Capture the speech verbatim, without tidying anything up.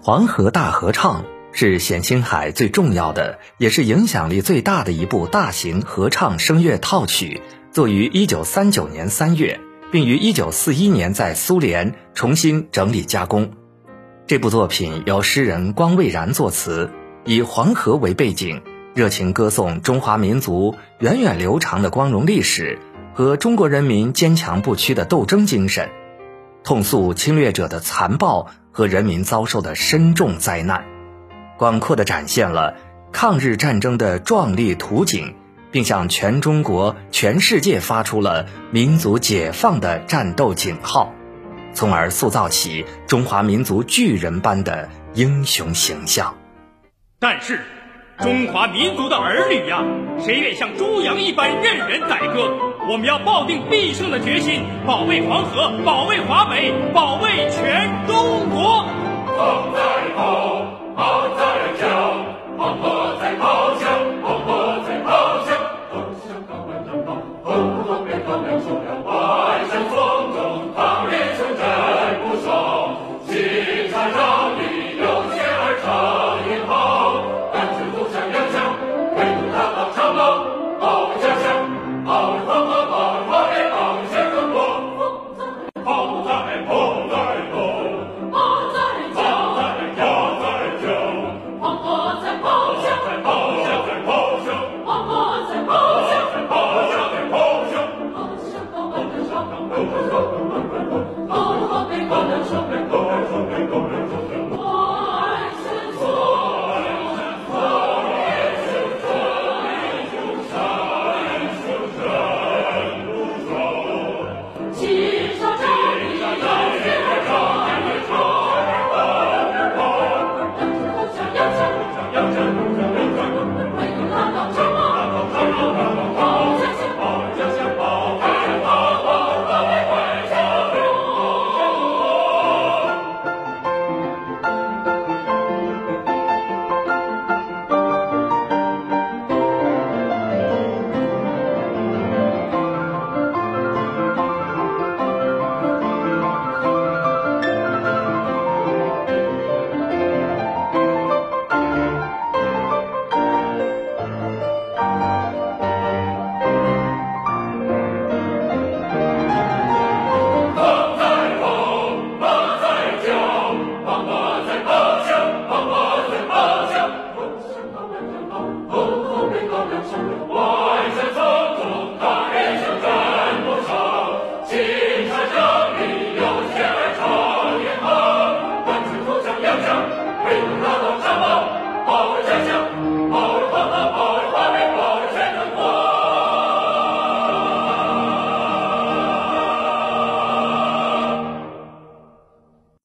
黄河大合唱是冼星海最重要的，也是影响力最大的一部大型合唱声乐套曲，作于一九三九年三月，并于一九四一年在苏联重新整理加工。这部作品由诗人光蔚然作词，以黄河为背景，热情歌颂中华民族源远流长的光荣历史和中国人民坚强不屈的斗争精神，痛诉侵略者的残暴和人民遭受的深重灾难，广阔地展现了抗日战争的壮丽图景，并向全中国、全世界发出了民族解放的战斗警号，从而塑造起中华民族巨人般的英雄形象。 但是中华民族的儿女呀，谁愿像猪羊一般任人宰割？我们要抱定必胜的决心，保卫黄河，保卫华北，保卫全中国。